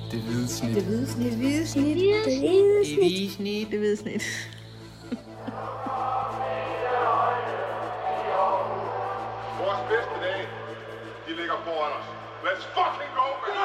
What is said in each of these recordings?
Det hvide snit. Det hvide snit. Det hvide snit. Det hvide snit. Det hvide snit. Det hvide snit. Vores bedste dage, de ligger foran os. Let's fucking go, man!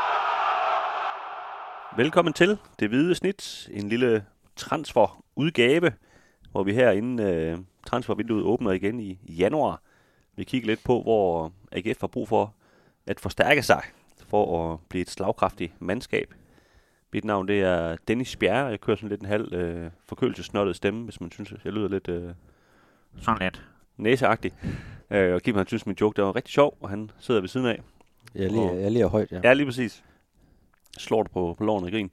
Velkommen til Det Hvide Snit, en lille transferudgave, hvor vi her inden transfervinduet åbner igen i januar. Vi kigger lidt på, hvor AGF har brug for at forstærke sig for at blive et slagkraftigt mandskab. Mit navn det er Dennis Bjerre, jeg kører sådan lidt en halv forkølelsesnottet stemme, hvis man synes, at jeg lyder lidt sådan lidt næseagtig. Og Kim han synes, min joke der var rigtig sjov, og han sidder ved siden af. Jeg lige er højt, ja. Ja, lige præcis. Slår du på lårene i grin.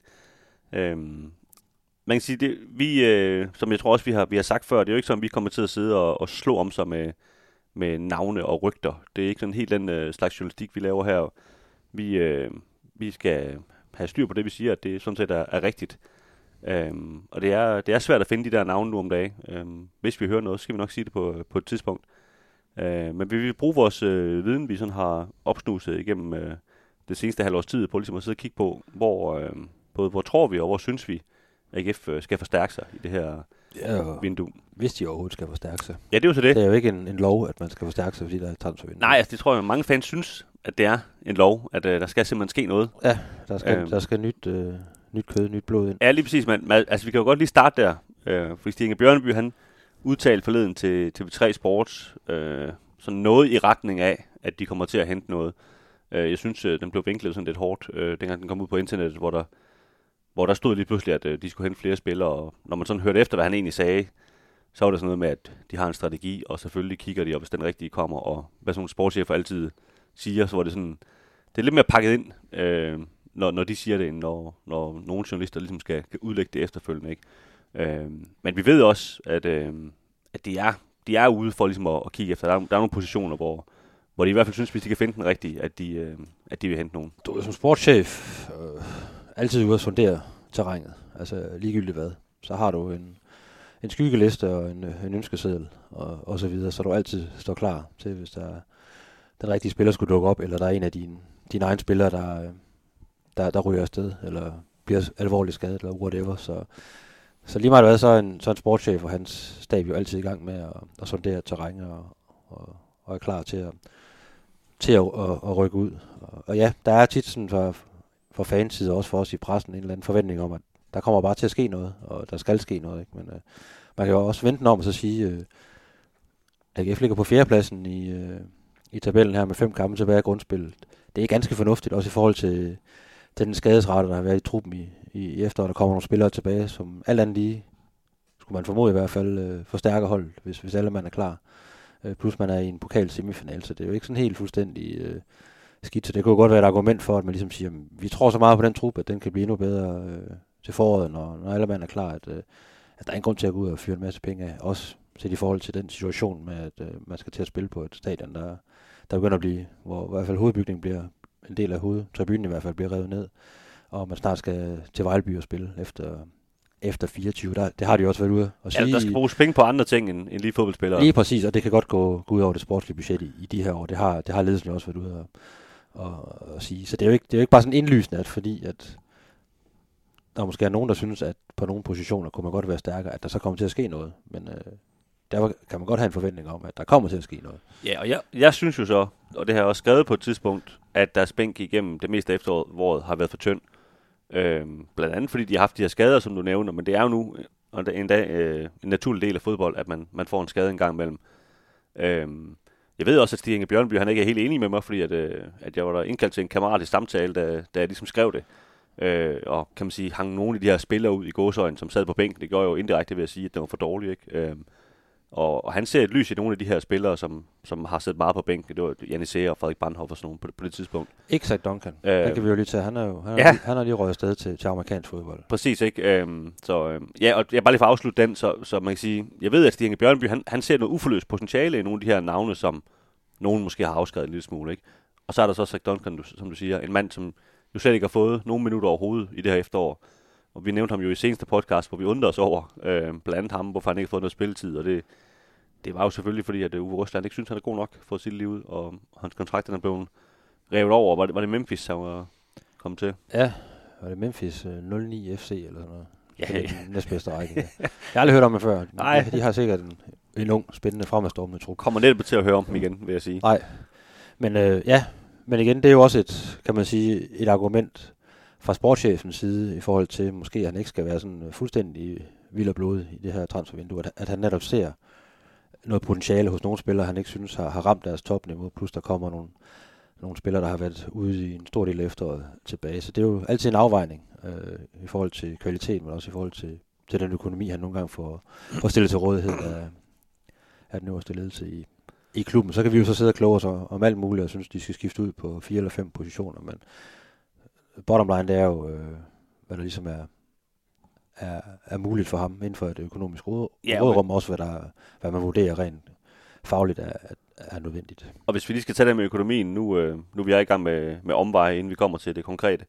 Man kan sige, det, som jeg tror også, vi har sagt før, det er jo ikke sådan, vi kommer til at sidde og slå om sig med navne og rygter. Det er ikke sådan helt den slags journalistik, vi laver her. Vi skal have styr på det, vi siger, at det sådan set er rigtigt. Og det er svært at finde de der navne nu om dagen. Hvis vi hører noget, så skal vi nok sige det på et tidspunkt. Men vi vil bruge vores viden, vi sådan har opsnuset igennem det seneste halvårs tid, på ligesom at sidde og kigge på, hvor tror vi og hvor synes vi, at AGF skal forstærke sig i det her vindue. Hvis de overhovedet skal forstærke sig. Ja, det er jo så det. Det er jo ikke en lov, at man skal forstærke sig, fordi der er et transfervindue. Nej, altså det tror jeg, mange fans synes, at det er en lov, at der skal simpelthen ske noget. Ja, der skal nyt kød, nyt blod ind. Ja, lige præcis. Men altså, vi kan jo godt lige starte der. Fordi Stig Inge Bjørneby, han udtalte forleden til TV3 Sports sådan noget i retning af, at de kommer til at hente noget. Jeg synes, den blev vinklet sådan lidt hårdt, dengang den kom ud på internettet, hvor der stod lige pludselig, at de skulle hente flere spillere. Og når man sådan hørte efter, hvad han egentlig sagde, så var det sådan noget med, at de har en strategi, og selvfølgelig kigger de op, hvis den rigtige kommer. Og hvad sådan nogle sportschefer altid siger, så var det sådan, det er lidt mere pakket ind, når de siger det, end når nogle journalister ligesom skal udlægge det efterfølgende. Ikke? Men vi ved også, at de er ude for ligesom at kigge efter. Der er nogle positioner, hvor de i hvert fald synes, hvis de kan finde den rigtige, at de vil hente nogen. Du er som sportschef altid ude at sondere terrænet, altså ligegyldigt hvad. Så har du en skyggeliste og en ønskeseddel og så videre, så du altid står klar til, hvis der den rigtige spiller skulle dukke op, eller der er en af dine egne spillere, der ryger afsted, eller bliver alvorligt skadet, eller whatever. Så lige meget hvad, så er en sportschef og hans stab jo altid i gang med at sondere terræn og er klar til at rykke ud. Og ja, der er tit sådan for fanside, også for os i pressen, en eller anden forventning om, at der kommer bare til at ske noget, og der skal ske noget. Ikke? Men man kan jo også vente om og så sige, at AGF ligger på fjerdepladsen i tabellen her med 5 kampe tilbage af grundspillet. Det er ganske fornuftigt, også i forhold til den skadesrate, der har været i truppen i efteråret. Der kommer nogle spillere tilbage, som alt andet lige, skulle man formode i hvert fald, forstærker holdet, hvis alle man er klar. Plus man er i en pokal semifinal, så det er jo ikke sådan helt fuldstændig skidt. Så det kunne jo godt være et argument for, at man ligesom siger, vi tror så meget på den trup, at den kan blive endnu bedre til foråret, når alle man er klar, at der er ingen grund til at gå ud og fyre en masse penge af. Også set i forhold til den situation med, at man skal til at spille på et stadion, der begynder at blive, hvor i hvert fald hovedbygningen bliver en del af hovedtribunen i hvert fald bliver revet ned, og man snart skal til Vejleby og spille efter 24. Det har de jo også været ude at sige. Ja, der skal bruges penge på andre ting end lige fodboldspillere. Lige præcis, og det kan godt gå ud over det sportslige budget i de her år. Det har ledelsen jo også været ude at sige. Så det er jo ikke bare sådan indlysende, at fordi at der måske er nogen, der synes, at på nogle positioner kunne man godt være stærkere, at der så kommer til at ske noget. Men der kan man godt have en forventning om, at der kommer til at ske noget. Ja, og jeg synes jo så, og det har jeg også skrevet på et tidspunkt, at deres bænk igennem det meste af efteråret har været for tynd. Blandt andet fordi de har haft de her skader, som du nævner, men det er jo nu en naturlig del af fodbold, at man får en skade en gang imellem. Jeg ved også, at Stig Inge Bjørneby, han ikke er helt enig med mig, fordi at jeg var der indkaldt til en kameratisk samtale, da jeg ligesom skrev det. Og kan man sige, hang nogle af de her spillere ud i gåseøjne, som sad på bænken. Det gjorde jo indirekte ved at sige, at det var for dårligt, ikke? Og han ser et lys i nogle af de her spillere, som har siddet meget på bænken. Det var Janisse og Frederik Brandhoff og sådan nogle på det tidspunkt. Ikke Zach Duncan. Den kan vi jo lige tage. Han har lige røget afsted til amerikansk fodbold. Præcis, ikke? Ja, og jeg bare lige for at afslutte den, så man kan sige, jeg ved, at Stig Inge Bjørneby, han ser noget uforløst potentiale i nogle af de her navne, som nogen måske har afskrevet en lille smule, ikke? Og så er der så Zach Duncan, som du siger, en mand, som jo slet ikke har fået nogen minutter overhovedet i det her efterår. Og vi nævnte ham jo i seneste podcast, hvor vi undrede os over, blandt andet ham, hvorfor han ikke har fået noget spilletid, og det var jo selvfølgelig fordi, at Uwe Røsland ikke synes, han er god nok for sit liv ud, og hans kontrakt er blevet revet over. Var det Memphis, han var kommet til? Ja, var det Memphis 09 FC eller sådan noget. Ja. Det er den næstbedste række. Jeg har aldrig hørt om det før. Nej. De har sikkert en ung, spændende fremadstormende trup. Kommer netop til at høre om dem igen, vil jeg sige. Nej, men men igen, det er jo også et argument fra sportschefens side i forhold til, måske at han ikke skal være sådan fuldstændig vild og blodig i det her transfervindue, at han netop ser noget potentiale hos nogle spillere, han ikke synes har ramt deres topniveau, plus der kommer nogle spillere, der har været ude i en stor del af efteråret tilbage. Så det er jo altid en afvejning i forhold til kvalitet, men også i forhold til den økonomi, han nogle gange får stillet til rådighed af den øverste ledelse i klubben. Så kan vi jo så sidde og kloge os om alt muligt, og synes, de skal skifte ud på 4 eller 5 positioner, men bottom line, det er jo, hvad der ligesom er muligt for ham inden for et økonomisk rådrum, også hvad man vurderer rent fagligt er nødvendigt. Og hvis vi lige skal tage det med økonomien, nu er vi i gang med omveje, inden vi kommer til det konkrete.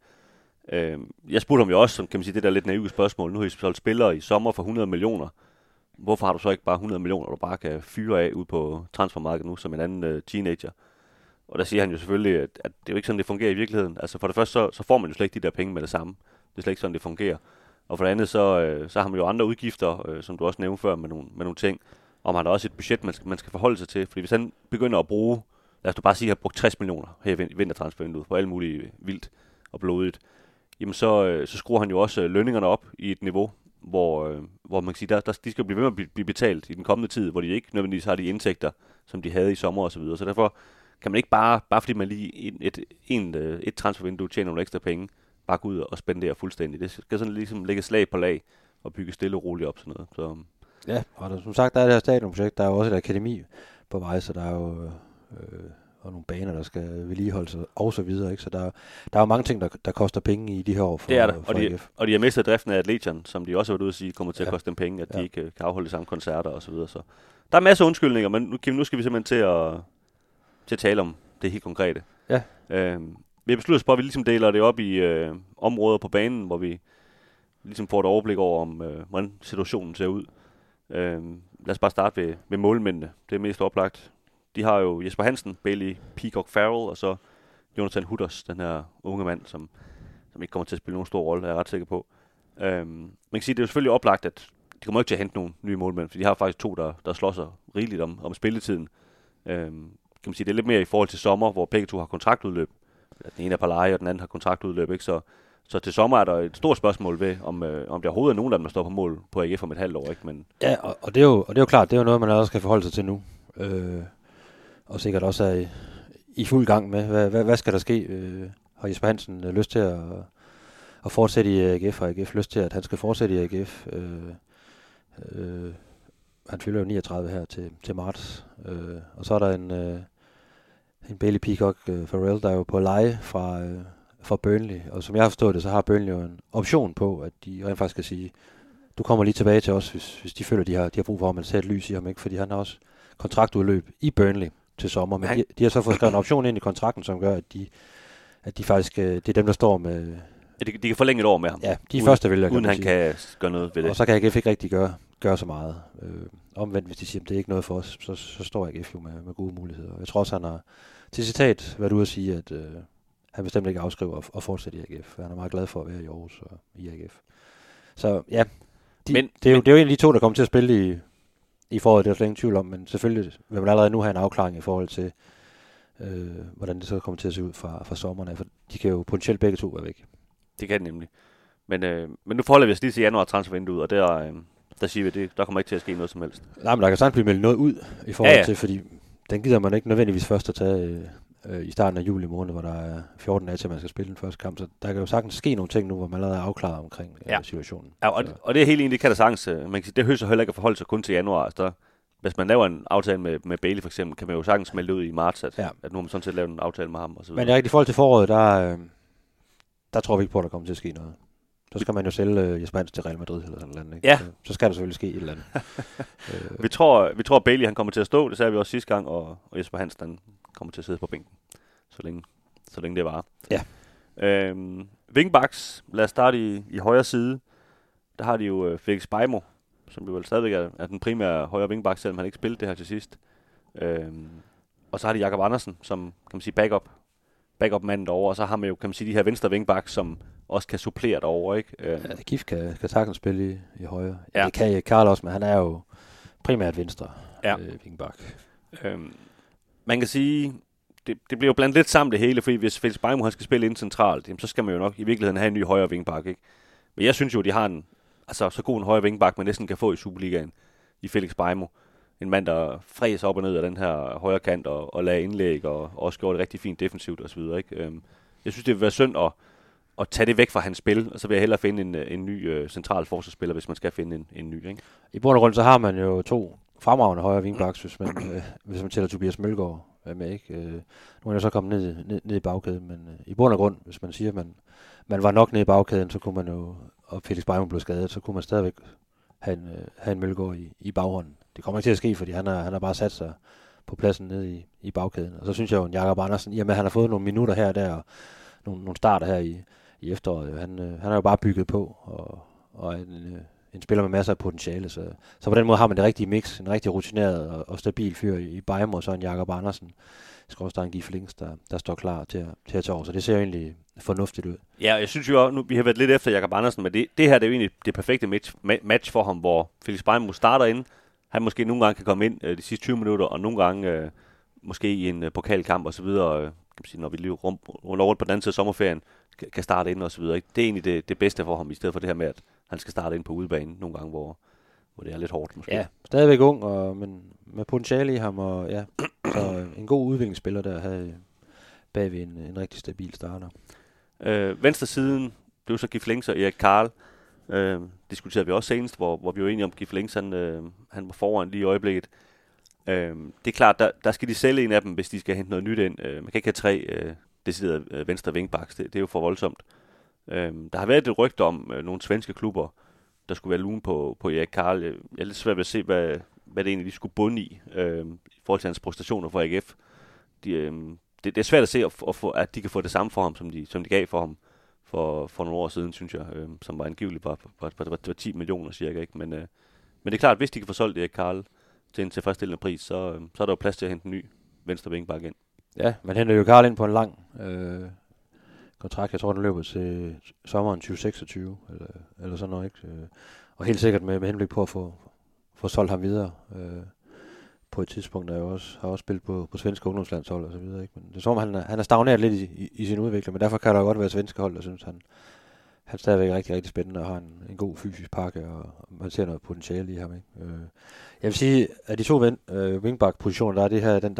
Jeg spurgte ham jo også, som kan man sige, det der lidt naive spørgsmål. Nu har I solgt spillere i sommer for 100 millioner. Hvorfor har du så ikke bare 100 millioner, du bare kan fyre af ud på transfermarkedet nu som en anden teenager? Og der siger han jo selvfølgelig, at det er jo ikke sådan, det fungerer i virkeligheden. Altså for det første, så får man jo slet ikke de der penge med det samme. Det er slet ikke sådan, det fungerer. Og for det andet, så har man jo andre udgifter, som du også nævnte før, med nogle ting. Og man har også et budget, man skal forholde sig til. Fordi hvis han begynder at bruge, lad os du bare sige, at har brugt 60 millioner her i vintertransfervinduet på alt muligt vildt og blodigt, jamen så skruer han jo også lønningerne op i et niveau, hvor man kan sige, de skal blive ved med at blive betalt i den kommende tid, hvor de ikke nødvendigvis har de indtægter, som de havde i sommer og så videre. Så derfor kan man ikke bare fordi man lige et transfervindue tjener nogle ekstra penge, bare gå ud og spendere fuldstændig. Det skal sådan ligesom lægge slag på lag og bygge stille og roligt op sådan noget. Så ja, og som sagt, der er det her stadionprojekt, der er jo også et akademi på vej, så der er jo og nogle baner, der skal vedligeholdes og så videre, ikke? Så der er jo mange ting, der koster penge i de her år for, det er der, for og de har mistet driften af Atletion, som de også har været ude at sige, kommer til at koste dem penge, at de ikke kan afholde de samme koncerter og så videre. Så der er masser af undskyldninger, men nu skal vi simpelthen til at tale om det helt konkrete. Ja. Vi har besluttet os på, at vi ligesom deler det op i områder på banen, hvor vi ligesom får et overblik over, hvordan situationen ser ud. Lad os bare starte ved målmændene. Det er mest oplagt. De har jo Jesper Hansen, Bailey Peacock Farrell, og så Jonathan Hutters, den her unge mand, som ikke kommer til at spille nogen stor rolle, er jeg ret sikker på. Man kan sige, det er jo selvfølgelig oplagt, at de kommer ikke til at hente nogle nye målmænd, for de har faktisk 2, der slår sig rigeligt om spilletiden. Kan man sige, det er lidt mere i forhold til sommer, hvor begge 2 har kontraktudløb. Den ene er på leje, og den anden har kontraktudløb, ikke? Så til sommer er der et stort spørgsmål ved, om der overhovedet er nogen af dem, der står på mål på AGF om et halvt år, ikke? Men ja, og det er jo klart, det er jo noget, man også skal forholde sig til nu. Og sikkert også er i fuld gang med, hvad skal der ske? Har Jesper Hansen lyst til at fortsætte i AGF, og AGF lyst til, at han skal fortsætte i AGF? Han fylder jo 39 her til marts. Og så er der en Bailey Peacock Farrell, der er jo på leje fra Burnley. Og som jeg har forstået det, så har Burnley jo en option på, at de rent faktisk skal sige, du kommer lige tilbage til os, hvis de føler, de har brug for ham, man ser et lys i ham, ikke? Fordi han har også kontraktudløb i Burnley til sommer, men de har så fået skrevet en option ind i kontrakten, som gør, at de faktisk, det er dem, der står med... Ja, de kan forlænge et år med ham. Ja, de første vælger, uden han kan gøre noget ved det. Og så kan AGF ikke rigtig gøre så meget. Omvendt, hvis de siger, at det er ikke noget for os, så står AGF jo med gode muligheder. Jeg tror også, han har til citat været ude at sige, at han bestemt ikke afskriver og fortsætter i AGF. Han er meget glad for at være i Aarhus og i AGF. Så ja, det er jo en af de 2, der kommer til at spille i foråret, det er der slet ingen tvivl om, men selvfølgelig vil man allerede nu have en afklaring i forhold til, hvordan det så kommer til at se ud fra sommeren, for de kan jo potentielt begge 2 være væk. Det kan det nemlig. Men nu forholder vi os lige til januar transfervinduet, og der siger vi, der kommer ikke til at ske noget som helst. Nej, men der kan sagtens blive meldt noget ud i forhold til, fordi den gider man ikke nødvendigvis først at tage i starten af juli måned, hvor der er 14 dage til, man skal spille den første kamp. Så der kan jo sagtens ske nogle ting nu, hvor man allerede er afklaret omkring situationen. Ja, og det er helt enig, det kan der sagtens. Man kan sige, det hører heller ikke at forholde sig kun til januar. Altså hvis man laver en aftale med Bailey for eksempel, kan man jo sagtens melde ud i marts, at nu har man sådan set lavet en aftale med ham. Og så videre. Men i forhold til foråret, der tror vi ikke på, at der kommer til at ske noget. Så skal man jo sælge Jesper Hansen til Real Madrid eller sådan noget. Ikke? Ja. Så skal der selvfølgelig ske et eller andet. Vi tror, at Bailey han kommer til at stå, det sagde vi også sidste gang, og Jesper Hansen han kommer til at sidde på bænken, så længe det varer. Ja. Wingbacks, lad os starte i højre side. Der har de jo Felix Beimo, som jo vel stadigvæk er den primære højre wingback, selvom han ikke spillede det her til sidst. Og så har de Jakob Andersen, som kan man sige backup-manden derovre, og så har man jo, kan man sige, de her venstre wingback, som også kan supplere derover, ikke? Ja, Gift kan sagtens spille i højre. Ja, Ja. det kan Karl også, men han er jo primært venstre vingbak. Man kan sige, det bliver jo blandt lidt sammen det hele, fordi hvis Felix Beijmo han skal spille ind centralt, jamen, så skal man jo nok i virkeligheden have en ny højre vingbak, ikke? Men jeg synes jo, de har så god en højre vingbak, man næsten kan få i Superligaen i Felix Beijmo. En mand, der fræser op og ned af den her højre kant og lader indlæg og også gjorde det rigtig fint defensivt osv. Jeg synes, det vil være synd at tage det væk fra hans spil, og så vil jeg hellere finde en ny central forsvarsspiller, hvis man skal finde en ny. Ikke? I bund og grund så har man jo 2 fremragende højre vingbaks, hvis man tæller Tobias Mølgaard med. Ikke? Nu er jeg så kommet ned i bagkæden, men i bund og grund, hvis man siger, at man var nok nede i bagkæden, så kunne man jo, og Felix Beijmo blev skadet, så kunne man stadigvæk have en Mølgaard i baghånden. Det kommer ikke til at ske, fordi han har bare sat sig på pladsen nede i bagkæden. Og så synes jeg jo, at Jakob Andersen, jamen han har fået nogle minutter her og der, og nogle starter her i efteråret. Han har jo bare bygget på, og en spiller med masser af potentiale. Så på den måde har man det rigtige mix, en rigtig rutineret og stabil fyr i Beijmo, og så en Jakob Andersen, skorstræk Gift Links, der står klar til at tage over. Så det ser jo egentlig fornuftigt ud. Ja, jeg synes jo, nu vi har været lidt efter Jakob Andersen, men det her det er jo egentlig det perfekte match for ham, hvor Felix Beijmo starter ind. Han måske nogle gange kan komme ind de sidste 20 minutter, og nogle gange måske i en pokalkamp og så videre, kan man sige, når vi lige runder rundt på den anden side af sommerferien, kan starte ind og så videre. Ikke? Det er egentlig det bedste for ham, i stedet for det her med, at han skal starte ind på udebanen nogle gange, hvor det er lidt hårdt måske. Ja, stadigvæk ung, men med potentiale i ham, og ja, så en god udviklingsspiller der havde bagved en rigtig stabil starter. Venstre siden blev så Gift Links og Erik Karl. Diskuterede vi også senest, hvor vi var enige om, Gift Links, han var foran lige i øjeblikket. Det er klart, der skal de sælge en af dem, hvis de skal hente noget nyt ind. Man kan ikke have 3 deciderede venstre vingbacks. Det er jo for voldsomt. Der har været et rygte om nogle svenske klubber, der skulle være lune på Erik Karl. Jeg er lidt svært ved at se, hvad det egentlig de skulle bunde i forhold til hans præstationer for AGF. Det er svært at se, at de kan få det samme for ham, som de gav for ham for nogle år siden, synes jeg, som var angiveligt var 10 millioner cirka. Ikke? Men det er klart, at hvis de kan få solgt Erik Karl til en tilfredsstillende pris, så er der jo plads til at hente en ny venstre vingbak ind. Ja, man henter jo Karl ind på en lang kontrakt. Jeg tror, den løber til sommeren 2026, eller sådan noget. Ikke? Og helt sikkert med henblik på at få solgt ham videre på et tidspunkt, der jo også har også spillet på svenske ungdomslandshold og så videre. Ikke? Men det er som om, han er stagneret lidt i sin udvikling, men derfor kan der jo godt være svenske hold, der synes, han stadigvæk er rigtig, rigtig spændende og har en god fysisk pakke, og man ser noget potentiale i ham. Ikke? Jeg vil sige, at de 2 wingback-positioner, der er det her, den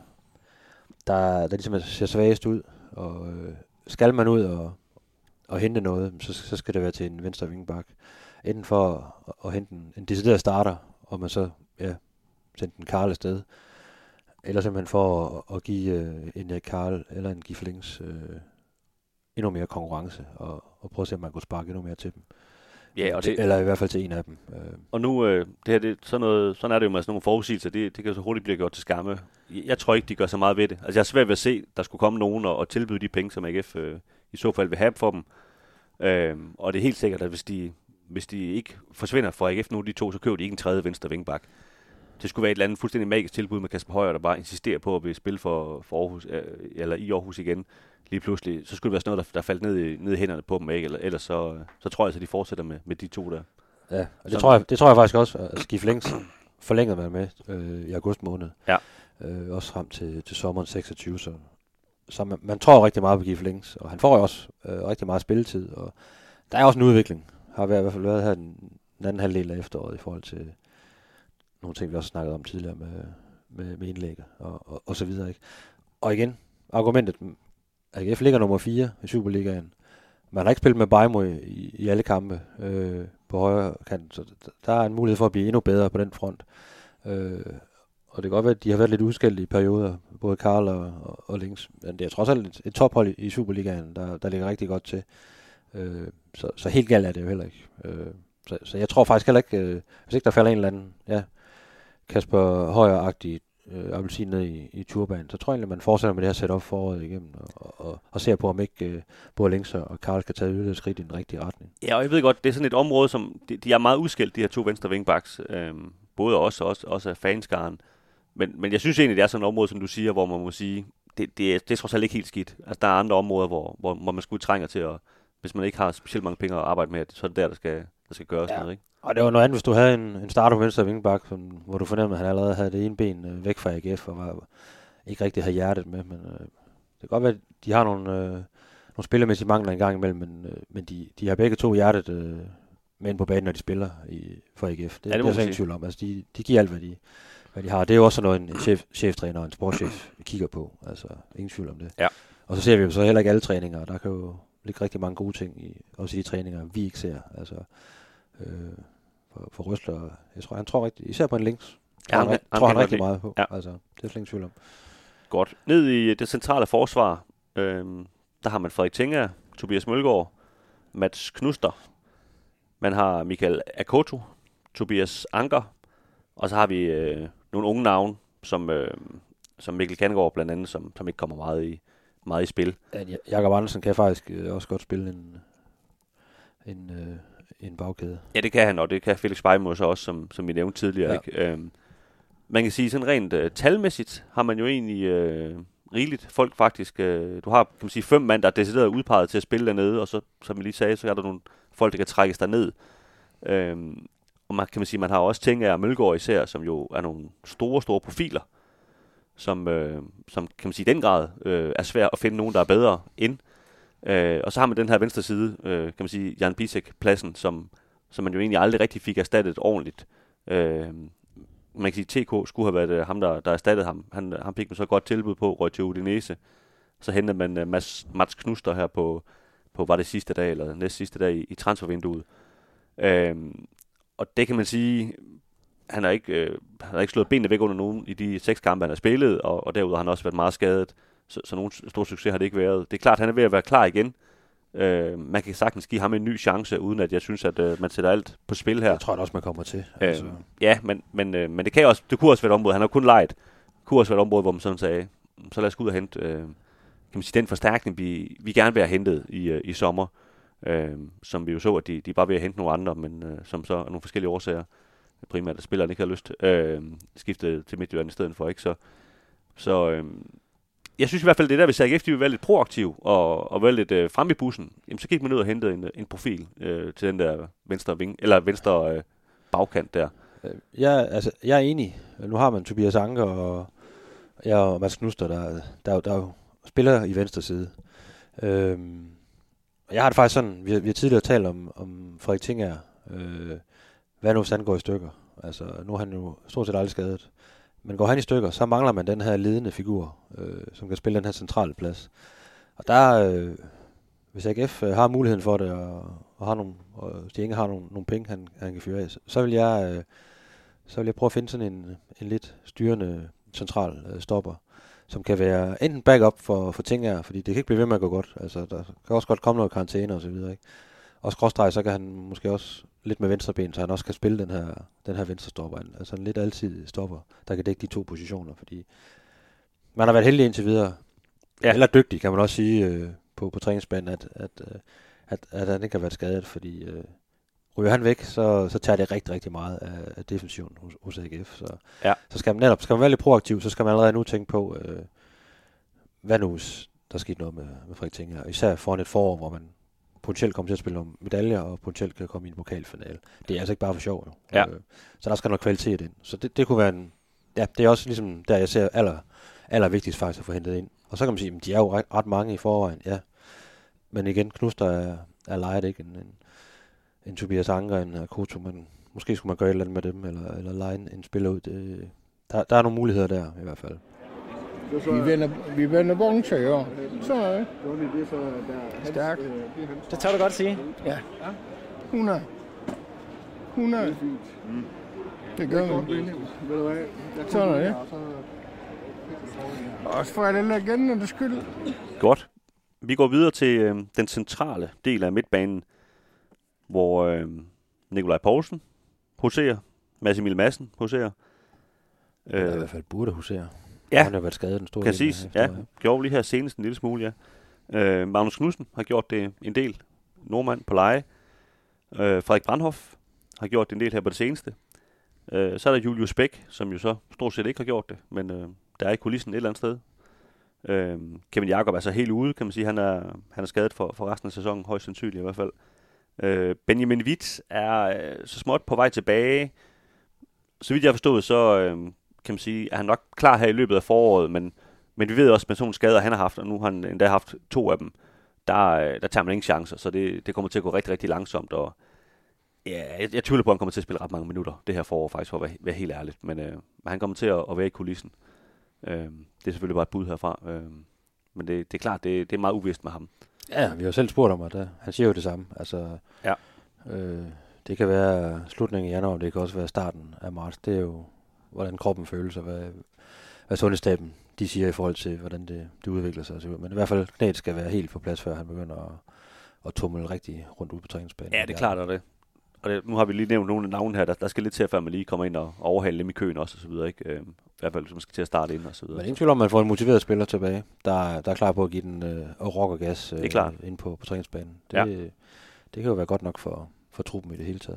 der ligesom ser svagest ud, og skal man ud og hente noget, så skal det være til en venstre wingback. Enten for at hente en decideret starter, og man så sende en Karl afsted, eller simpelthen for at give en Erik Karl eller en Gift Links endnu mere konkurrence, og prøve at se, om man kunne sparke endnu mere til dem. Ja, og eller i hvert fald til en af dem. Og nu, det her, sådan er det jo med sådan nogle forudsigelser, det kan jo så hurtigt blive gjort til skamme. Jeg tror ikke, de gør så meget ved det. Altså jeg er svært ved at se, der skulle komme nogen og tilbyde de penge, som AGF i så fald vil have for dem. Og det er helt sikkert, at hvis de ikke forsvinder fra AGF nu, de 2, så køber de ikke en tredje venstre vingbak. Det skulle være et eller andet fuldstændig magisk tilbud med Kasper Højer, der bare insisterer på at vil spille for Aarhus, eller i Aarhus igen. Lige pludselig, så skulle det være sådan noget, der faldt ned i hænderne på dem, ikke? Ellers så tror jeg, at de fortsætter med de 2 der. Ja, og det tror jeg faktisk også, at Gift Links forlængede man med i august måned. Ja. Også frem til sommeren 26, så man tror rigtig meget på Gift Links, og han får jo også rigtig meget spilletid, og der er også en udvikling. Har i hvert fald været her den anden halvdel af efteråret i forhold til nogle ting, vi også snakkede om tidligere med indlæg og så videre. Ikke? Og igen, argumentet, AGF ligger nummer 4 i Superligaen. Man har ikke spillet med Beijmo i alle kampe på højre kant, så der er en mulighed for at blive endnu bedre på den front. Og det kan godt være, at de har været lidt udskilt i perioder, både Karl og Links. Men det er trods alt et tophold i Superligaen, der ligger rigtig godt til. Så helt galt er det jo heller ikke. Så jeg tror faktisk heller ikke, hvis ikke der falder en eller anden Kasper Højer-agtig appelsin ned i turbanen, så tror jeg egentlig, at man fortsætter med det her setup foråret igennem, og ser på, om ikke både Links og Karl kan tage yderligere skridt i den rigtige retning. Ja, og jeg ved godt, det er sådan et område, som de er meget udskilt, de her 2 venstre wingbacks, både også af fanskaren. Men jeg synes egentlig, det er sådan et område, som du siger, hvor man må sige, det er trods alt ikke helt skidt. Altså, der er andre områder, hvor man skulle trænger til hvis man ikke har specielt mange penge at arbejde med, så er det der skal gøres noget, ikke? Og det var noget andet, hvis du havde en starter på venstre vingbak, hvor du fornemmede, at han allerede havde det ene ben væk fra AGF, og var ikke rigtig havde hjertet med, men det kan godt være, at de har nogle spillermæssige mangler en gang imellem, men de har begge to hjertet med ind på banen, når de spiller for AGF. Det er jeg ingen tvivl om. Altså, de giver alt, hvad de har. Det er jo også noget, en cheftræner og en sportschef kigger på. Altså, ingen tvivl om det. Ja. Og så ser vi jo så heller ikke alle træninger. Der kan jo ligge rigtig mange gode ting også i de træninger, vi ikke ser. Altså, for Røsler, han tror rigtig, især på en links. Han tror rigtig meget på. Ja. Altså, det er slet ingen tvivl om. Godt. Ned i det centrale forsvar, der har man Frederik Tenga, Tobias Mølgaard, Mats Knuster. Man har Michael Akoto, Tobias Anker, og så har vi nogle unge navne, som Mikkel Kangaard blandt andet, som ikke kommer meget i spil. Ja, Jakob Andersen kan faktisk også godt spille en bagkæde. Ja, det kan han, og det kan Felix Beimos også, som vi nævnte tidligere. Ja. Ikke? Man kan sige, sådan rent talmæssigt har man jo egentlig rigeligt folk faktisk. Du har, kan man sige, 5 mand, der er decideret udpeget til at spille dernede, og så, som jeg lige sagde, så er der nogle folk, der kan trækkes derned. Og man kan sige, man har også Tenga og Mølgaard især, som jo er nogle store profiler, som kan man sige i den grad er svært at finde nogen, der er bedre end. Og så har man den her venstre side, kan man sige, Jan Bisek-pladsen, som man jo egentlig aldrig rigtig fik erstattet ordentligt. Man kan sige, TK skulle have været ham, der erstattede ham. Han fik man så godt tilbud på, røg til Udinese. Så hentede man Mats Knuster her på var det sidste dag, eller næst sidste dag i transfervinduet. Og det kan man sige, han har ikke slået benene væk under nogen i de 6 kampe, han har spillet, og derudover har han også været meget skadet. Så nogen stor succes har det ikke været. Det er klart, at han er ved at være klar igen. Man kan sagtens give ham en ny chance, uden at jeg synes, at man sætter alt på spil her. Jeg tror også, man kommer til. Altså. Ja, men det kunne også være et område. Han har kun lejet. Det kunne også være et område, hvor man sådan sagde, så lad os gå ud og hente kan man sige, den forstærkning, vi gerne vil have hentet i sommer. Som vi jo så, at de bare vil hente nogle andre, men som så er nogle forskellige årsager. Primært, at spilleren ikke har lyst skifte til Midtjylland i stedet for. Ikke? Så jeg synes i hvert fald, det der, hvis AGF vil være lidt proaktiv og være lidt frem i bussen, jamen, så gik man ud og hentede en profil til den der venstre bagkant der. Jeg er enig. Nu har man Tobias Anker og Mats Knuster, der spiller i venstre side. Jeg har det faktisk sådan, vi har tidligere talt om Frederik Tenga, hvad nu hvis han går i stykker. Altså, nu er han jo stort set aldrig skadet. Men går han i stykker, så mangler man den her ledende figur, som kan spille den her centrale plads. Og der, hvis AGF har muligheden for det, og har nogle, og hvis de ikke har nogle penge, han kan fyre af, så vil jeg prøve at finde sådan en lidt styrende central stopper, som kan være enten backup for Tenga, fordi det kan ikke blive ved med at gå godt. Altså, der kan også godt komme noget karantæne og så videre, ikke? Og skråstreg, så kan han måske også lidt med venstre ben, så han også kan spille den her venstre stopper. Altså en lidt altid stopper, der kan dække de 2 positioner, fordi man har været heldig indtil videre. Ja. Eller dygtig, kan man også sige, på træningsbanen, at han ikke har været skadet, fordi ryger han væk, så tager det rigtig, rigtig meget af defensiven hos AGF. Så skal man være lidt proaktiv, så skal man allerede nu tænke på, hvad nu der skete noget med Frederik Tenga, især foran et forår, hvor man potentielt kommer til at spille nogle medaljer, og potentielt kan komme i en pokalfinale. Det er altså ikke bare for sjov, jo. Ja. Så der skal noget kvalitet ind. Så det kunne være det er også ligesom der, jeg ser aller vigtigst faktisk at få hentet ind. Og så kan man sige, at de er jo ret mange i forvejen, ja. Men igen, Knuster er lejet, ikke? En Tobias Anker, en Akoto, men måske skulle man gøre et eller andet med dem, eller lege en spiller ud. Der er nogle muligheder der, i hvert fald. Vi vender bronze i år. Så stærkt. Det tør du godt sige. Ja. 100. Det gør vi. Sådan er det. Også for alle legendernes skyld. Godt. Vi går videre til den centrale del af midtbanen, hvor Nikolaj Poulsen huserer, Mads Emil Madsen huserer. I hvert fald burde husere. Ja, han har været skadet en stor præcis. Ja, gjorde lige her senest en lille smule, ja. Magnus Knudsen har gjort det en del. Nordmand på leje. Frederik Brandhoff har gjort det en del her på det seneste. Så er der Julius Bæk, som jo så stort set ikke har gjort det, men der er i kulissen et eller andet sted. Kevin Jakob er så helt ude, kan man sige. Han er skadet for resten af sæsonen, højst sandsynligt i hvert fald. Benjamin Witt er så småt på vej tilbage. Så vidt jeg har forstået, så kan man sige, er han nok klar her i løbet af foråret, men vi ved også, med sådan nogle skader, han har haft, og nu har han endda haft 2 af dem, der tager man ingen chancer, så det kommer til at gå rigtig, rigtig langsomt, og ja, jeg tvivler på, at han kommer til at spille ret mange minutter det her forår, faktisk, for at være helt ærligt, men han kommer til at være i kulissen. Det er selvfølgelig bare et bud herfra, men det er klart, det er meget uvist med ham. Ja, vi har selv spurgt om, at han siger jo det samme. Altså, ja. Det kan være slutningen af januar, det kan også være starten af marts. Det er jo, hvordan kroppen føles, og hvad sundhedsstaben de siger i forhold til, hvordan det udvikler sig. Men i hvert fald, knæet skal være helt på plads, før han begynder at tumle rigtig rundt ud på træningsbanen. Ja, det er klart, og nu har vi lige nævnt nogle af navne her, der skal lidt til, før man lige kommer ind og overhale dem i køen også, og så videre, ikke? I hvert fald, hvis man skal til at starte ind, og så videre. Men ingen tvivl om, man får en motiveret spiller tilbage, der er klar på at give den og rock og gas ind på træningsbanen. Det kan jo være godt nok for truppen i det hele taget.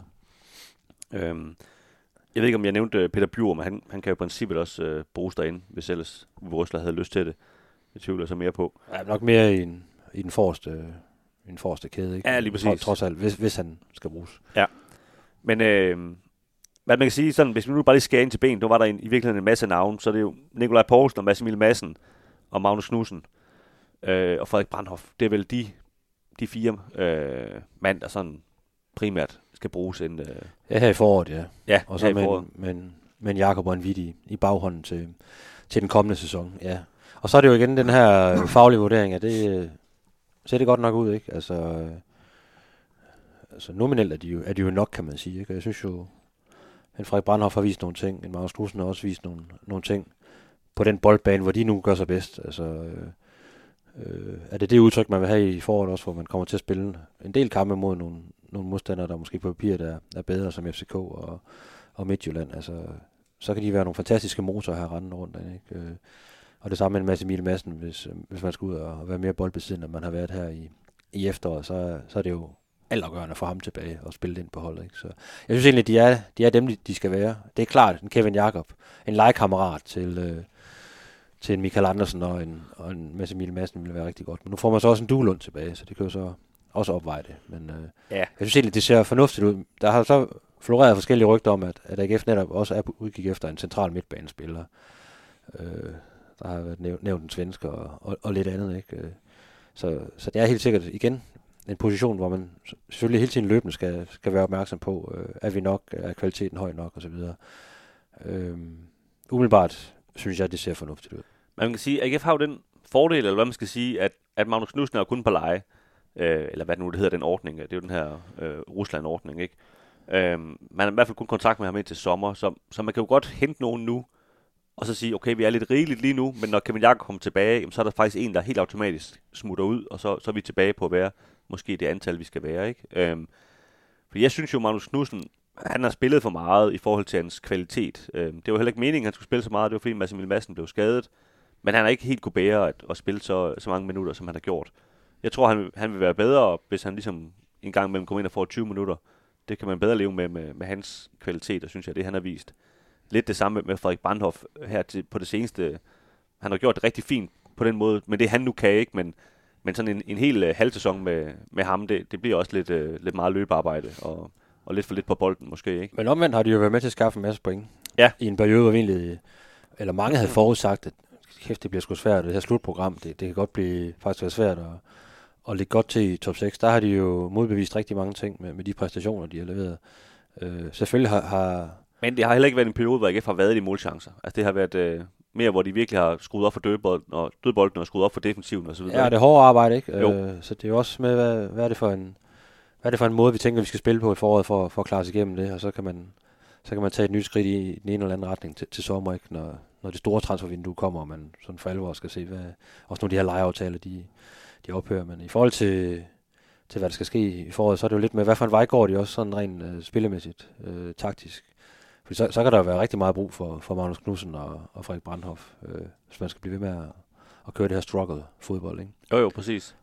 Jeg ved ikke, om jeg nævnte Peter Bjur, men han kan jo i princippet også bruges derinde, hvis ellers Røsler havde lyst til det. Det tvivler så mere på. Ja, nok mere i den forreste kæde, ikke? Ja, lige præcis. Trods alt, hvis han skal bruges. Ja. Men hvad man kan sige, sådan, hvis vi nu bare lige skærer ind til ben, der var der i virkeligheden en masse navne, så det er jo Nikolaj Poulsen og Mads Emil Madsen og Magnus Knudsen og Frederik Brandhoff. Det er vel de 4 mand, der sådan primært skal bruges inden... Ja, her i foråret, ja. Ja, og så med en Jakob og en Witt i baghånden til den kommende sæson, ja. Og så er det jo igen den her faglige vurdering, at det ser det godt nok ud, ikke? Altså nominelt er de jo nok, kan man sige, ikke? Og jeg synes jo, en Frederik Brandhoff har vist nogle ting, en Magnus Knudsen har også vist nogle ting på den boldbane, hvor de nu gør sig bedst. Altså, er det udtryk, man vil have i foråret også, hvor man kommer til at spille en del kampe mod nogle modstandere, der måske på papiret er bedre, som FCK og Midtjylland. Altså, så kan de være nogle fantastiske motorer her rende rundt, ikke? Og det samme med Mads Emil Madsen, hvis man skal ud og være mere boldbesiddende, end man har været her i efteråret, så er det jo altafgørende for ham tilbage og spille ind på holdet, ikke? Så jeg synes egentlig, de er dem, de skal være. Det er klart, en Kevin Jakob, en legekammerat til en Michael Andersen og en Mads Emil Madsen ville være rigtig godt. Men nu får man så også en Duelund tilbage, så det kan jo så også opveje det. Men jeg synes egentlig, det ser fornuftigt ud. Der har så floreret forskellige rygter om, at AGF netop også udgik efter en central midtbanespiller. Der har været nævnt en svensk og lidt andet, ikke? Så det er helt sikkert igen en position, hvor man selvfølgelig hele tiden løbende skal være opmærksom på, er vi nok, er kvaliteten høj nok osv. Umiddelbart synes jeg, det ser fornuftigt ud. Man kan sige, at AGF har jo den fordel, eller hvad man skal sige, at Magnus Knudsen er kun på leje, eller hvad det nu det hedder, den ordning, det er jo den her Rusland-ordning, ikke? Man har i hvert fald kun kontrakt med ham ind til sommer, så man kan jo godt hente nogen nu, og så sige, okay, vi er lidt rigeligt lige nu, men når Kevin Jakob kommer tilbage, så er der faktisk en, der helt automatisk smutter ud, og så er vi tilbage på at være måske det antal, vi skal være, ikke? For jeg synes jo, Magnus Knudsen, han har spillet for meget i forhold til hans kvalitet. Det var heller ikke meningen, at han skulle spille så meget, det var fordi Mads Emil Madsen blev skadet, men han har ikke helt kunne bære at spille så mange minutter, som han har gjort. Jeg tror, han vil være bedre, hvis han ligesom en gang imellem kommer ind og får 20 minutter. Det kan man bedre leve med hans kvalitet, og synes jeg, det han har vist. Lidt det samme med Frederik Brandhoff her på det seneste. Han har gjort det rigtig fint på den måde, men det han nu kan ikke, men sådan en hel halv sæson med ham, det bliver også lidt meget løbearbejde, og lidt for lidt på bolden måske, ikke? Men omvendt har de jo været med til at skaffe en masse point. Ja. I en periode, hvor vi egentlig, eller mange havde forudsagt, at kæft, det bliver sgu svært, det her slutprogram, det kan godt blive faktisk være svært at ligge godt til i top 6. Der har de jo modbevist rigtig mange ting med de præstationer, de har leveret. Selvfølgelig har... Men det har heller ikke været en periode, hvor AGF har været i målchancer. Altså det har været mere, hvor de virkelig har skruet op for dødbolden og skruet op for defensiven og så videre. Ja, det er hårdt arbejde, ikke? Så det er jo også med, hvad er det for en måde, vi tænker, vi skal spille på i foråret for at klare sig igennem det, og så kan man tage et nyt skridt i den ene eller anden retning til sommer, ikke? Når det store transfervindue kommer, og man sådan for alvor skal se, også nogle af de her lejeaftaler, de ophører. Men i forhold til hvad der skal ske i foråret, så er det jo lidt med, hvad for en vej går de også sådan rent spillemæssigt, taktisk. For så kan der jo være rigtig meget brug for Magnus Knudsen og Frederik Brandhoff, hvis man skal blive ved med at køre det her struggle-fodbold, ikke? Jo, præcis.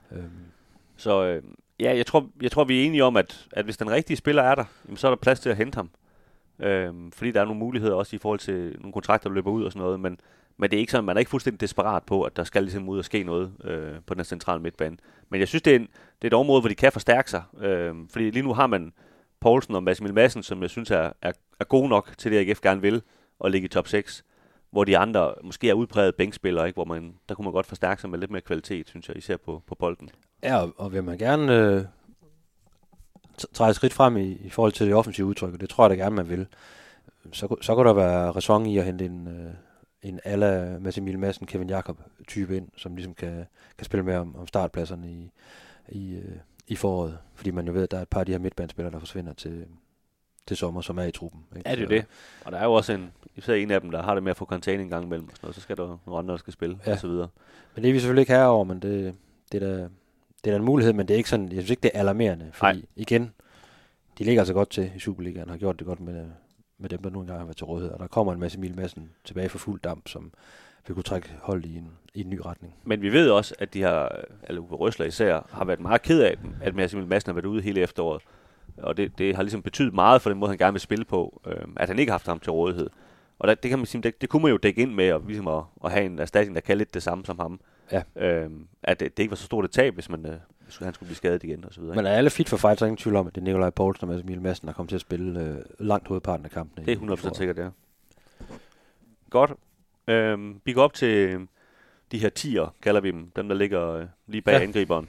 Så jeg tror, vi er enige om, at hvis den rigtige spiller er der, jamen, så er der plads til at hente ham. fordi der er nogle muligheder også i forhold til nogle kontrakter, der løber ud og sådan noget, men det er ikke sådan, man er ikke fuldstændig desperat på, at der skal ligesom ud og ske noget på den centrale midtbane. Men jeg synes, det er et område, hvor de kan forstærke sig, fordi lige nu har man Poulsen og Mads Emil Madsen, som jeg synes er gode nok til det, AGF gerne vil, og ligge i top 6, hvor de andre måske er udpræget bænkspillere, ikke? Hvor der kunne man godt forstærke sig med lidt mere kvalitet, synes jeg, især på bolden. Ja, og vil man gerne træde et skridt frem i forhold til det offensive udtryk, og det tror jeg da gerne, man vil, så kan der være ræson i at hente en ala Mads Emil Madsen, Kevin Jakob type ind, som ligesom kan spille med om startpladserne i foråret, fordi man jo ved, at der er et par af de her midtbanespillere, der forsvinder til sommer, som er i truppen. Ikke? Ja, det er det. Og der er jo også især en af dem, der har det med at få container en gang imellem, og sådan noget, så skal der nogle andre, der skal spille, og så videre. Men det er vi selvfølgelig ikke herover, men det er da en mulighed, men det er ikke sådan, jeg synes ikke, det er alarmerende, fordi igen, de ligger altså godt til i Superligaen, har gjort det godt med dem, der nu engang har været til rådighed, og der kommer en Mads Emil Madsen tilbage for fuld damp, som vil kunne trække hold i en ny retning. Men vi ved også, at de har, eller Uwe Rösler især, har været meget ked af, at Mads Emil Madsen har været ude hele efteråret. Og det har ligesom betydet meget for den måde, han gerne vil spille på, at han ikke har haft ham til rådighed. Og det kan man sige, det kunne man jo dække ind med, og ligesom at have en erstatning, der kan lidt det samme som ham. Ja. At det ikke var så stort et tab, hvis han skulle blive skadet igen og så videre. Men er alle fit for fight, så er ingen tvivl om, at det er Nikolaj Poulsen og Mads Emil Madsen, der kommer til at spille langt hovedparten af kampene. Det er 100% sikkert, ja. Godt. Vi går op til de her 10'er, kalder vi dem der ligger lige bag angriberen.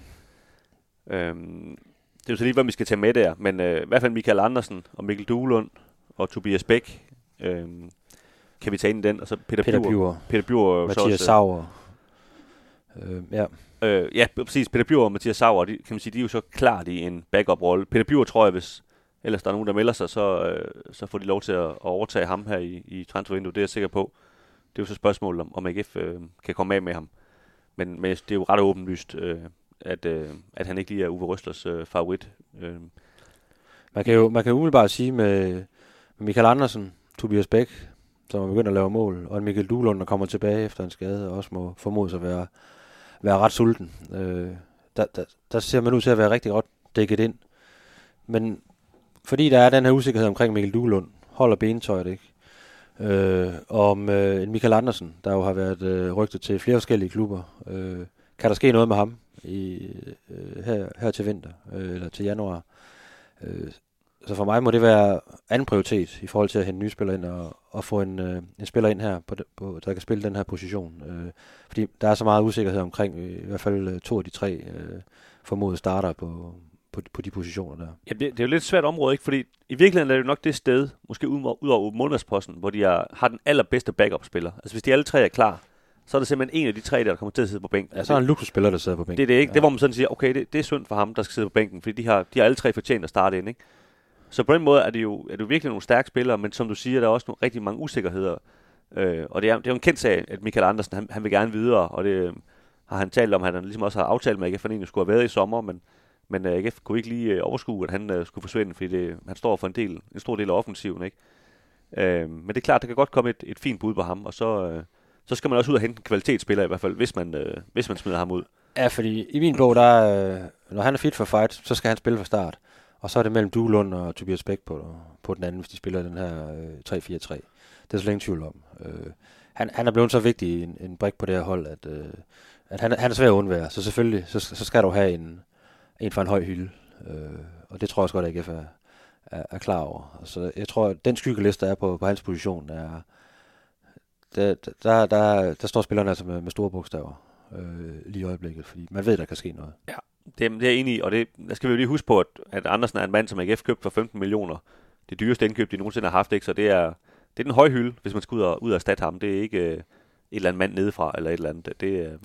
Det er jo så lige, hvad vi skal tage med der, men i hvert fald Michael Andersen og Mikkel Duelund og Tobias Bæk, kan vi tage ind i den, og så Peter Bjur, Mathias Sauer. Ja, præcis. Peter Bjur og Mathias Sauer, kan man sige, de er jo så klart i en backup-rolle. Peter Bjur tror jeg, hvis ellers der er nogen, der melder sig, så får de lov til at overtage ham her i transfervinduet. Det er jeg sikker på. Det er jo så spørgsmål om AGF kan komme af med ham. Men det er jo ret åbenlyst, at han ikke lige er Uwe Röslers favorit. Man kan jo umiddelbart sige med Michael Andersen, Tobias Bæk, som er begyndt at lave mål, og en Mikkel Duelund, der kommer tilbage efter en skade, og også må formodes at være ret sulten. Der ser man ud til at være rigtig godt dækket ind. Men fordi der er den her usikkerhed omkring Mikkel Duelund, holder bentøjet ikke. Om en Michael Andersen, der jo har været rygtet til flere forskellige klubber. Kan der ske noget med ham her til vinter, eller til januar? Så for mig må det være anden prioritet i forhold til at hente nye spillere ind og få en spiller ind her, der kan spille den her position. Fordi der er så meget usikkerhed omkring i hvert fald 2 af de 3 formodede starter på de positioner der. Ja, det er jo lidt et svært område, ikke? Fordi i virkeligheden er det jo nok det sted, måske ud over månedsposten, hvor de har den allerbedste backup-spiller. Altså hvis de alle 3 er klar, så er det simpelthen en af de 3, der kommer til at sidde på bænken. Ja, så er en luksusspiller, der sidder på bænken. Det er ikke. Ja. Det hvor man sådan siger, okay, det er synd for ham, der skal sidde på bænken, fordi de har alle 3 fortjent at starte ind, ikke? Så på den måde er det jo virkelig nogle stærke spillere, men som du siger, der er også rigtig mange usikkerheder. Og det er jo en kendt sag, at Michael Andersen, han vil gerne videre, og det har han talt om, at han ligesom også har aftalt med AGF, for han skulle have været i sommer, men AGF kunne ikke lige overskue, at han skulle forsvinde, fordi han står for en stor del af offensiven, ikke? Men det er klart, der kan godt komme et fint bud på ham, og så skal man også ud og hente en kvalitetsspiller i hvert fald, hvis man smider ham ud. Ja, fordi i min bog, når han er fit for fight, så skal han spille fra start. Og så er det mellem Duelund og Tobias Bæk på den anden, hvis de spiller den her 3-4-3. Det er så længe tvivl om. Han er blevet så vigtig en brik på det her hold, at han er svær at undvære. Så selvfølgelig, så skal du have en fra en høj hylde. Og det tror jeg også godt, at AGF er klar over. Så jeg tror, at den skyggeliste, der er på hans position, der står spillerne altså med store bogstaver lige i øjeblikket, fordi man ved, der kan ske noget. Ja. Det er jeg enig i, og der skal vi jo lige huske på, at Andersen er en mand, som AGF købte for 15 millioner. Det dyreste indkøb, de nogensinde har haft, ikke? Så det er den høje hylde, hvis man skal ud og erstatte ham. Det er ikke et eller andet mand nedefra, eller et eller andet. Det er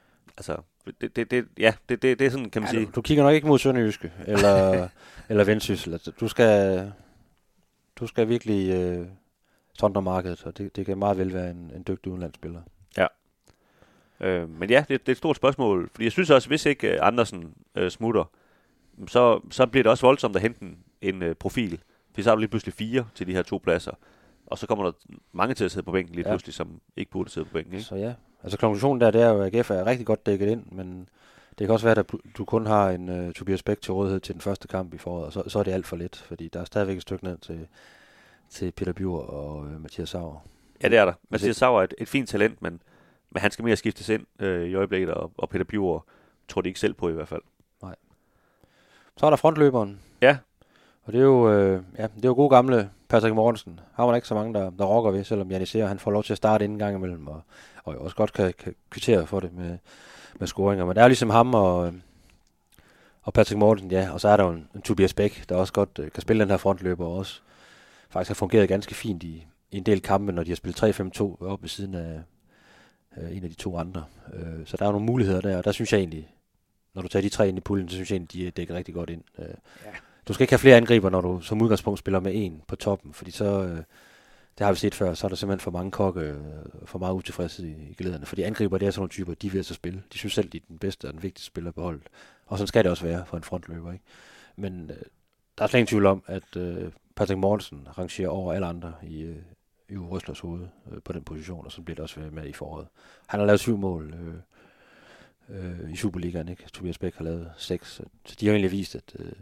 sådan, kan man sige. Du kigger nok ikke mod Sønderjyske, eller Vendsyssel. Altså, du skal virkelig sondre markedet, og det kan meget vel være en dygtig udenlandsspiller. Ja. Men ja, det er et stort spørgsmål, fordi jeg synes også, hvis ikke Andersen smutter, så bliver det også voldsomt at hente en profil, for så er der lige pludselig 4 til de her 2 pladser, og så kommer der mange til at sidde på bænken lige pludselig, som ikke burde sidde på bænken, ikke? Så ja, altså konklusionen det er jo, at AGF er rigtig godt dækket ind, men det kan også være, at du kun har en Tobias Bæk til rådighed til den første kamp i foråret, og så er det alt for lidt, fordi der er stadigvæk et stykke ned til Peter Bjur og Mathias Sauer. Ja, det er der. Mathias Sauer er et fint talent, men han skal mere skiftes ind i øjeblikket, og Peter Bjur tror de ikke selv på i hvert fald. Nej. Så er der frontløberen. Ja. Og det er jo, det er jo gode gamle Patrick Mortensen. Har man ikke så mange, der rokker ved, selvom Janisera, han får lov til at starte inden gang imellem, og også godt kan kvittere for det med scoringer. Men det er jo ligesom ham og Patrick Mortensen, ja. Og så er der jo en Tobias Bæk, der også godt kan spille den her frontløber, og også faktisk har fungeret ganske fint i en del kampe, når de har spillet 3-5-2 op ved siden af en af de to andre. Så der er nogle muligheder der, og der synes jeg egentlig, når du tager de tre ind i puljen, så synes jeg egentlig, de dækker rigtig godt ind. Du skal ikke have flere angriber, når du som udgangspunkt spiller med en på toppen, fordi så, det har vi set før, så er der simpelthen for mange kokke, for meget utilfredshed i glæderne. Fordi angriber, det er sådan nogle typer, de vil altså spille. De synes selv, de er den bedste og den vigtigste spiller på holdet. Og sådan skal det også være for en frontløber, ikke? Men der er slet ingen tvivl om, at Patrick Mortensen rangerer over alle andre i Røslers hoved på den position, og så bliver det også med i foråret. Han har lavet 7 mål i Superligaen, ikke? Tobias Bæk har lavet 6, så de har egentlig vist,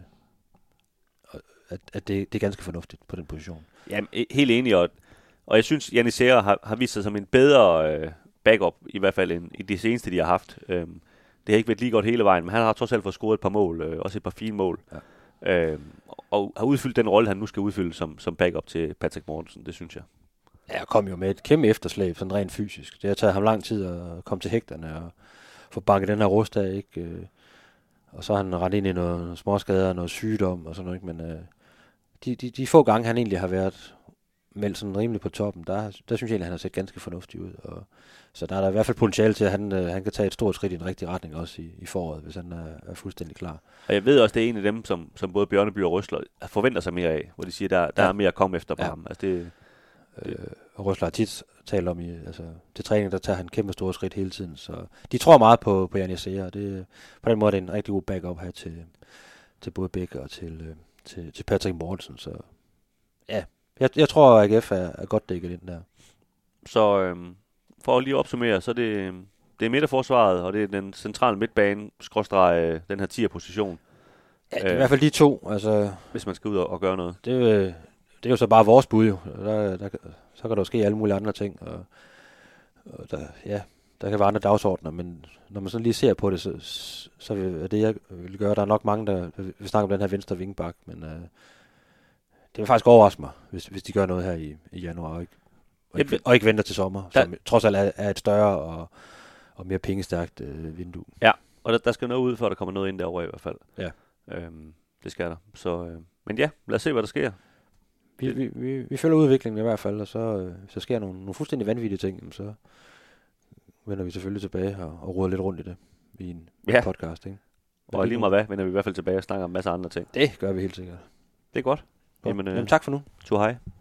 at det er ganske fornuftigt på den position. Ja, helt enig, og jeg synes, Janisera har vist sig som en bedre backup, i hvert fald end i de seneste, de har haft. Det har ikke været lige godt hele vejen, men han har trods alt fået scoret et par mål, også et par fine mål. Ja. Og har udfyldt den rolle, han nu skal udfylde som backup til Patrick Mortensen, det synes jeg. Ja, jeg kom jo med et kæmpe efterslæb, sådan rent fysisk. Det har taget ham lang tid at komme til hægterne og få banket den her rust af, ikke? Og så har han rendt ind i noget småskader, noget sygdom og sådan noget, ikke? Men de få gange, han egentlig har været meldt sådan rimelig på toppen, der synes jeg egentlig, han har set ganske fornuftig ud. Og så der er der i hvert fald potentiale til, at han kan tage et stort skridt i den rigtige retning også i foråret, hvis han er fuldstændig klar. Og jeg ved også, det er en af dem, som både Bjørneby og Røsler forventer sig mere af, hvor de siger, der er mere at komme efter på ham. Altså Røsler har tit talt om, til træning, der tager han kæmpe store skridt hele tiden. Så de tror meget på Janisera, og på den måde er det en rigtig god backup her til både Bæk og til Patrick Mortensen. Så ja, jeg tror, at AGF er godt dækket ind der. Så for at lige opsummere, så det er midterforsvaret, og det er den centrale midtbane, skråstreg den her 10'er-position. Ja, det er i hvert fald de to. Altså, hvis man skal ud og gøre noget. Det er jo så bare vores bud, jo. Så kan der jo ske alle mulige andre ting, og der kan være andre dagsordner, men når man sådan lige ser på det, så er det, jeg vil gøre, der er nok mange, der vil snakke om den her venstre vingbak, men det vil faktisk overraske mig, hvis de gør noget her i januar, og ikke venter til sommer, som trods alt er et større og mere pengestærkt vindue. Ja, og der skal noget ud, før der kommer noget ind derovre i hvert fald. Ja. Det skal der. Så, men ja, lad os se, hvad der sker. Vi følger udviklingen i hvert fald, og så sker nogle fuldstændig vanvittige ting, så vender vi selvfølgelig tilbage og roder lidt rundt i det i en podcast, ikke? Og lige meget hvad, vender vi i hvert fald tilbage og snakker om en masse andre ting. Det gør vi helt sikkert. Det er godt. Jamen tak for nu. Hej.